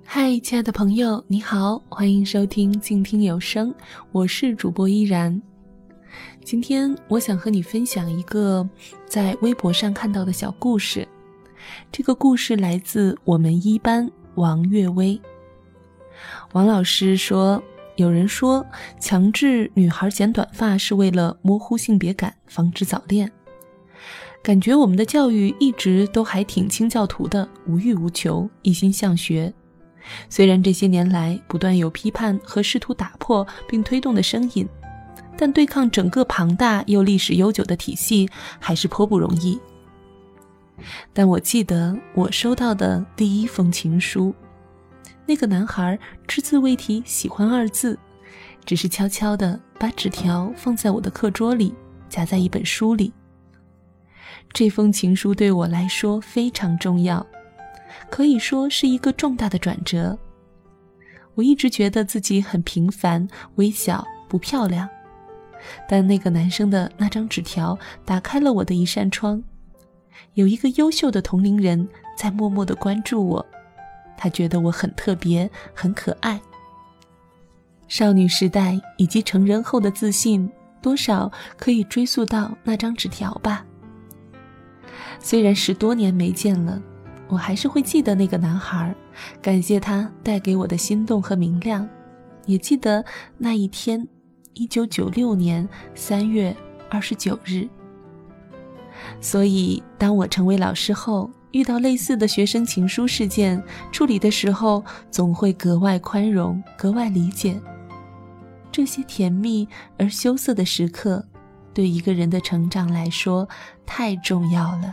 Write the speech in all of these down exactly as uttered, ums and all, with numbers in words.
嗨，亲爱的朋友，你好，欢迎收听静听有声，我是主播依然。今天我想和你分享一个在微博上看到的小故事，这个故事来自我们一班王月薇。王老师说，有人说强制女孩剪短发是为了模糊性别感，防止早恋。感觉我们的教育一直都还挺清教徒的，无欲无求，一心向学。虽然这些年来不断有批判和试图打破并推动的声音，但对抗整个庞大又历史悠久的体系还是颇不容易。但我记得我收到的第一封情书，那个男孩只字未提喜欢二字，只是悄悄地把纸条放在我的课桌里，夹在一本书里。这封情书对我来说非常重要，可以说是一个重大的转折。我一直觉得自己很平凡、微小、不漂亮，但那个男生的那张纸条打开了我的一扇窗。有一个优秀的同龄人在默默地关注我，他觉得我很特别，很可爱。少女时代以及成人后的自信，多少可以追溯到那张纸条吧。虽然十多年没见了，我还是会记得那个男孩，感谢他带给我的心动和明亮，也记得那一天，一九九六年三月二十九日。所以当我成为老师后，遇到类似的学生情书事件，处理的时候总会格外宽容，格外理解。这些甜蜜而羞涩的时刻，对一个人的成长来说太重要了。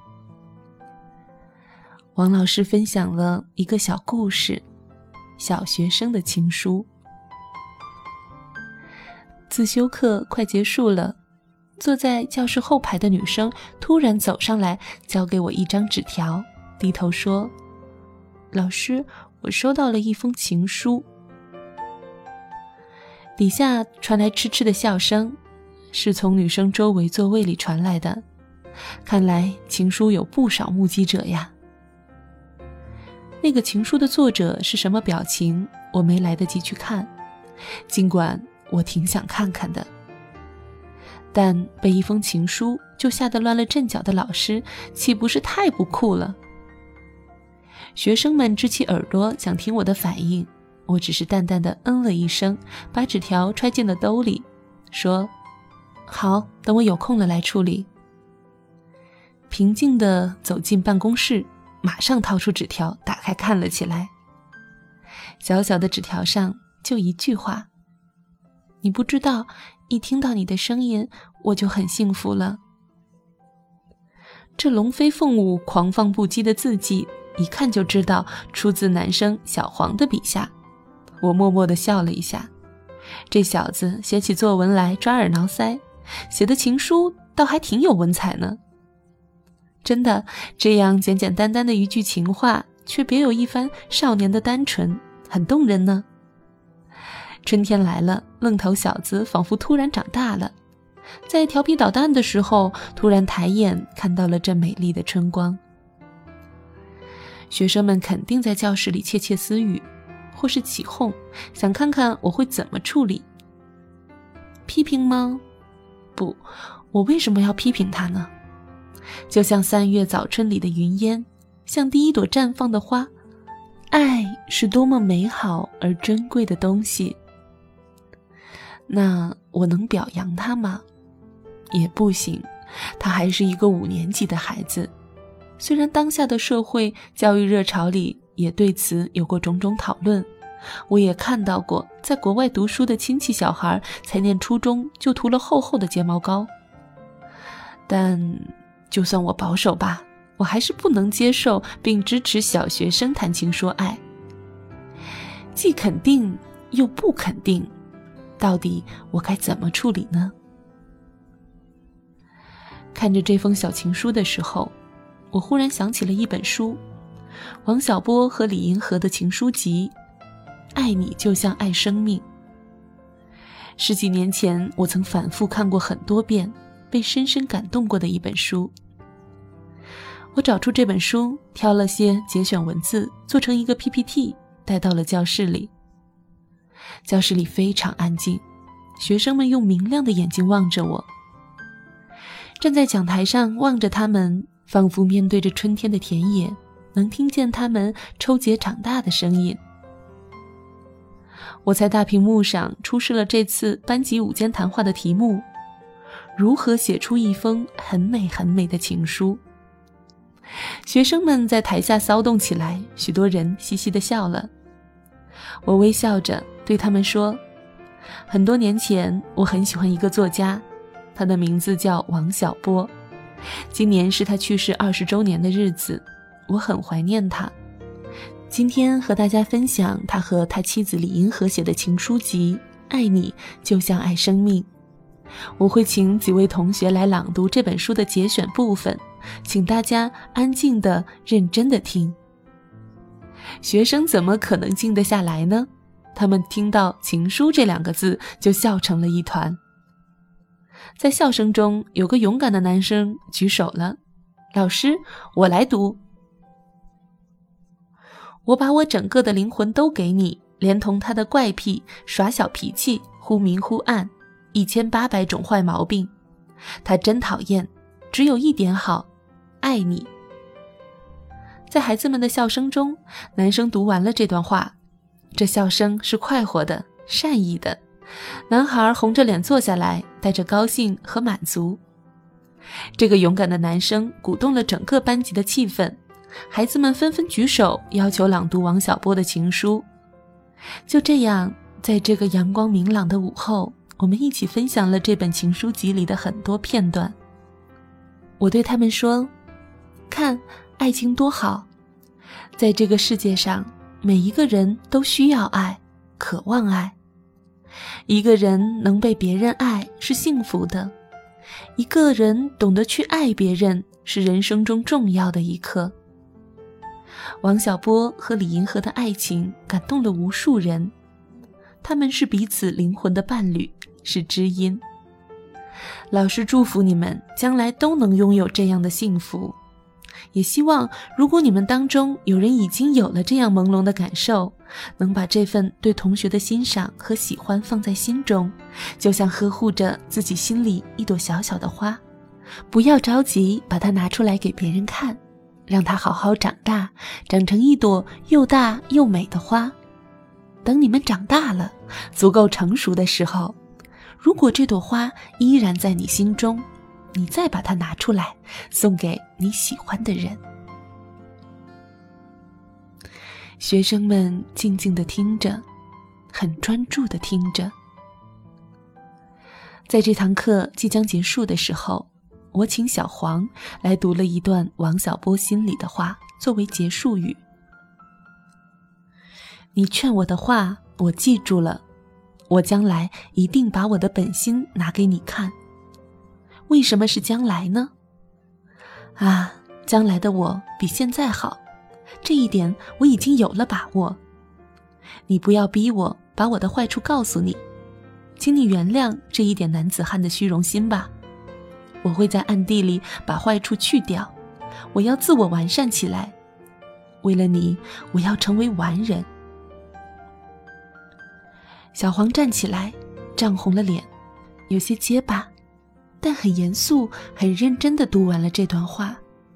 王老师分享了一个小故事，小学生的情书。自修课快结束了，坐在教室后排的女生突然走上来，交给我一张纸条，低头说：“老师，我收到了一封情书。”底下传来痴痴的笑声，是从女生周围座位里传来的。看来情书有不少目击者呀。那个情书的作者是什么表情，我没来得及去看，尽管我挺想看看的。但被一封情书就吓得乱了阵脚的老师，岂不是太不酷了？学生们支起耳朵想听我的反应，我只是淡淡的嗯了一声，把纸条揣进了兜里，说：“好，等我有空了来处理。”平静地走进办公室，马上掏出纸条，打开看了起来。小小的纸条上就一句话：“你不知道，一听到你的声音，我就很幸福了。”这龙飞凤舞、狂放不羁的字迹，一看就知道出自男生小黄的笔下。我默默地笑了一下，这小子写起作文来抓耳挠腮，写的情书倒还挺有文采呢。真的，这样简简单单的一句情话，却别有一番少年的单纯，很动人呢。春天来了，愣头小子仿佛突然长大了，在调皮捣蛋的时候，突然抬眼看到了这美丽的春光。学生们肯定在教室里窃窃私语，或是起哄，想看看我会怎么处理。批评吗？不，我为什么要批评他呢？就像三月早春里的云烟，像第一朵绽放的花，爱是多么美好而珍贵的东西。那我能表扬他吗？也不行，他还是一个五年级的孩子。虽然当下的社会教育热潮里也对此有过种种讨论，我也看到过在国外读书的亲戚小孩才念初中就涂了厚厚的睫毛膏。但就算我保守吧，我还是不能接受并支持小学生谈情说爱。既肯定又不肯定，到底我该怎么处理呢？看着这封小情书的时候，我忽然想起了一本书，王小波和李银河的情书集《爱你就像爱生命》。十几年前我曾反复看过很多遍，被深深感动过的一本书。我找出这本书，挑了些节选文字，做成一个 P P T， 带到了教室里。教室里非常安静，学生们用明亮的眼睛望着我。站在讲台上望着他们，仿佛面对着春天的田野，能听见他们抽节长大的声音。我在大屏幕上出示了这次班级午间谈话的题目：如何写出一封很美很美的情书。学生们在台下骚动起来，许多人嘻嘻地笑了。我微笑着对他们说，很多年前我很喜欢一个作家，他的名字叫王小波。今年是他去世二十周年的日子，我很怀念他。今天和大家分享他和他妻子李银河写的情书集《爱你就像爱生命》。我会请几位同学来朗读这本书的节选部分，请大家安静地、认真地听。学生怎么可能静得下来呢？他们听到情书这两个字就笑成了一团。在笑声中，有个勇敢的男生举手了，老师，我来读。我把我整个的灵魂都给你，连同他的怪癖、耍小脾气、忽明忽暗，一千八百种坏毛病，他真讨厌，只有一点好，爱你。在孩子们的笑声中，男生读完了这段话，这笑声是快活的、善意的。男孩红着脸坐下来，带着高兴和满足。这个勇敢的男生鼓动了整个班级的气氛，孩子们纷纷举手要求朗读王小波的情书。就这样，在这个阳光明朗的午后，我们一起分享了这本情书集里的很多片段。我对他们说，看，爱情多好，在这个世界上，每一个人都需要爱，渴望爱。一个人能被别人爱是幸福的，一个人懂得去爱别人是人生中重要的一刻。王小波和李银河的爱情感动了无数人，他们是彼此灵魂的伴侣，是知音。老师祝福你们将来都能拥有这样的幸福，也希望如果你们当中有人已经有了这样朦胧的感受，能把这份对同学的欣赏和喜欢放在心中，就像呵护着自己心里一朵小小的花，不要着急把它拿出来给别人看，让它好好长大，长成一朵又大又美的花。等你们长大了，足够成熟的时候，如果这朵花依然在你心中，你再把它拿出来，送给你喜欢的人。学生们静静地听着，很专注地听着。在这堂课即将结束的时候，我请小黄来读了一段王小波心里的话，作为结束语。你劝我的话，我记住了，我将来一定把我的本心拿给你看。为什么是将来呢？啊，将来的我比现在好，这一点我已经有了把握。你不要逼我把我的坏处告诉你，请你原谅这一点男子汉的虚荣心吧。我会在暗地里把坏处去掉，我要自我完善起来。为了你，我要成为完人。小黄站起来，涨红了脸，有些结巴，但很严肃、很认真地读完了这段话。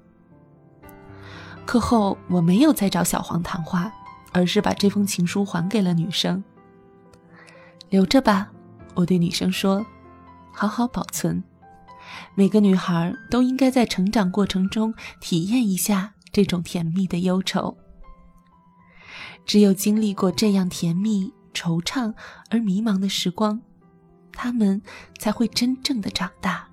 课后，我没有再找小黄谈话，而是把这封情书还给了女生。留着吧，我对女生说，好好保存。每个女孩都应该在成长过程中体验一下这种甜蜜的忧愁。只有经历过这样甜蜜、惆怅而迷茫的时光，她们才会真正的长大。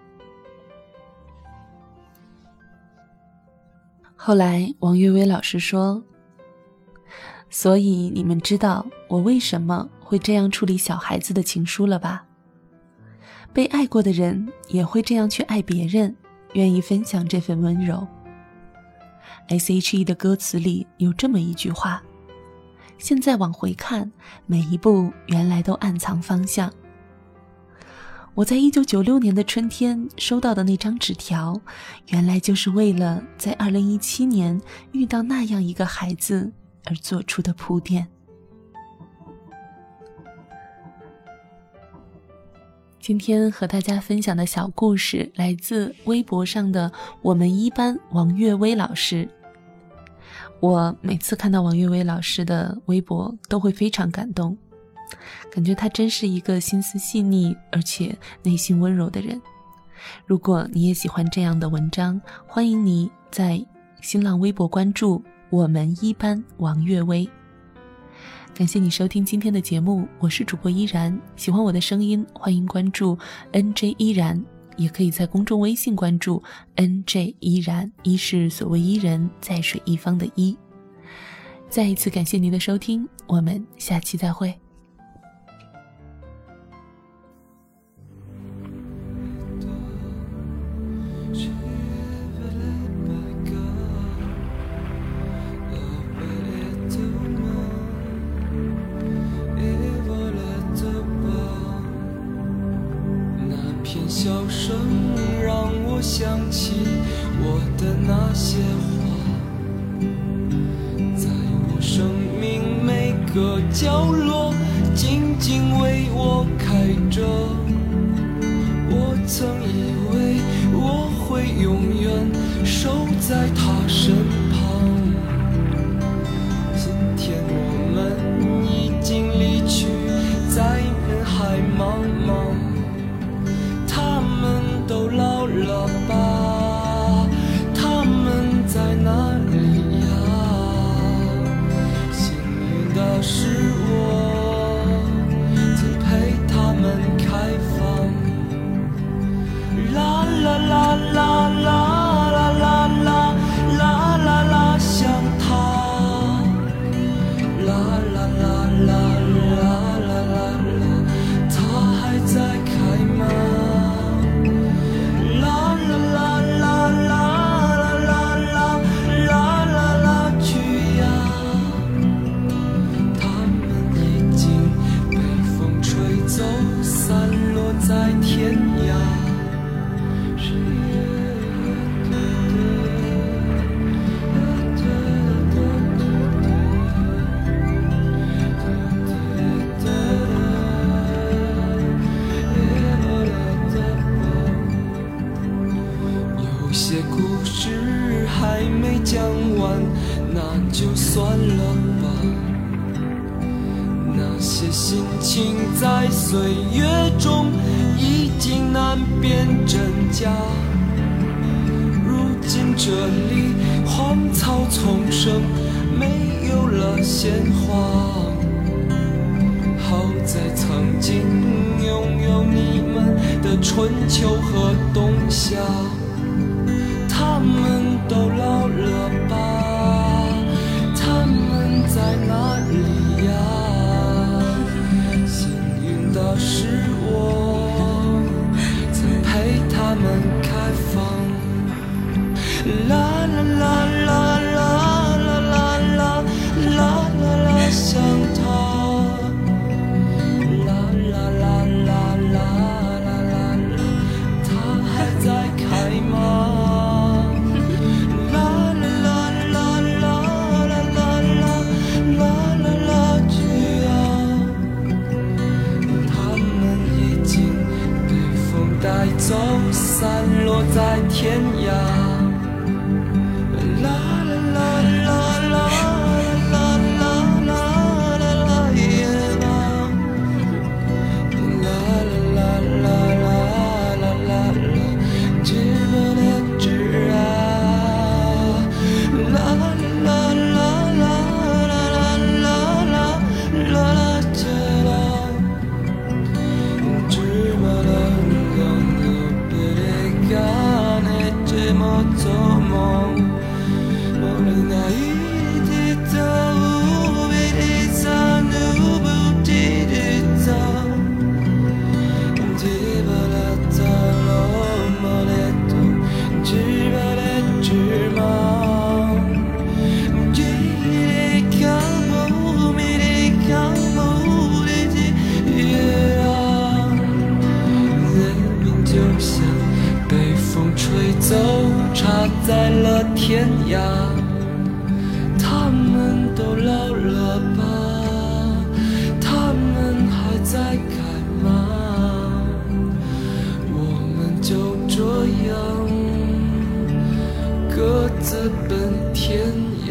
后来王月薇老师说，所以你们知道我为什么会这样处理小孩子的情书了吧？被爱过的人也会这样去爱别人，愿意分享这份温柔。 S H E 的歌词里有这么一句话，现在往回看，每一步原来都暗藏方向。我在一九九六年的春天收到的那张纸条，原来就是为了在二零一七年遇到那样一个孩子而做出的铺垫。今天和大家分享的小故事来自微博上的我们一班王悦薇老师。我每次看到王悦薇老师的微博都会非常感动，感觉她真是一个心思细腻而且内心温柔的人。如果你也喜欢这样的文章，欢迎你在新浪微博关注我们一班王悦薇。感谢你收听今天的节目，我是主播依然。喜欢我的声音，欢迎关注 N J 依然，也可以在公众微信关注 N J 依然，依是所谓伊人，在水一方的依。再一次感谢您的收听，我们下期再会。 笑声让我想起我的那些话，在我生命每个角落静静为我开着。我曾以为我会永远守在他身旁，今天我们已经离去，在人海茫茫，他们都老了吧？他们在哪里呀？幸运的是我曾陪他们开放。啦啦啦啦啦啦啦啦啦啦啦，想他。啦啦啦啦啦啦啦啦，他还在开吗？在天涯，有些故事还没讲完，那就算了吧。那些心情在岁月中已经难辨真假，如今这里荒草丛生，没有了鲜花。好在曾经拥有你们的春秋和冬夏，他们都老了吧？他们在哪里呀？的是我曾陪他们开放。啦啦啦啦啦啦啦啦啦啦啦，想他。啦啦啦啦啦啦啦啦，他还在开吗？啦啦啦各自奔天涯。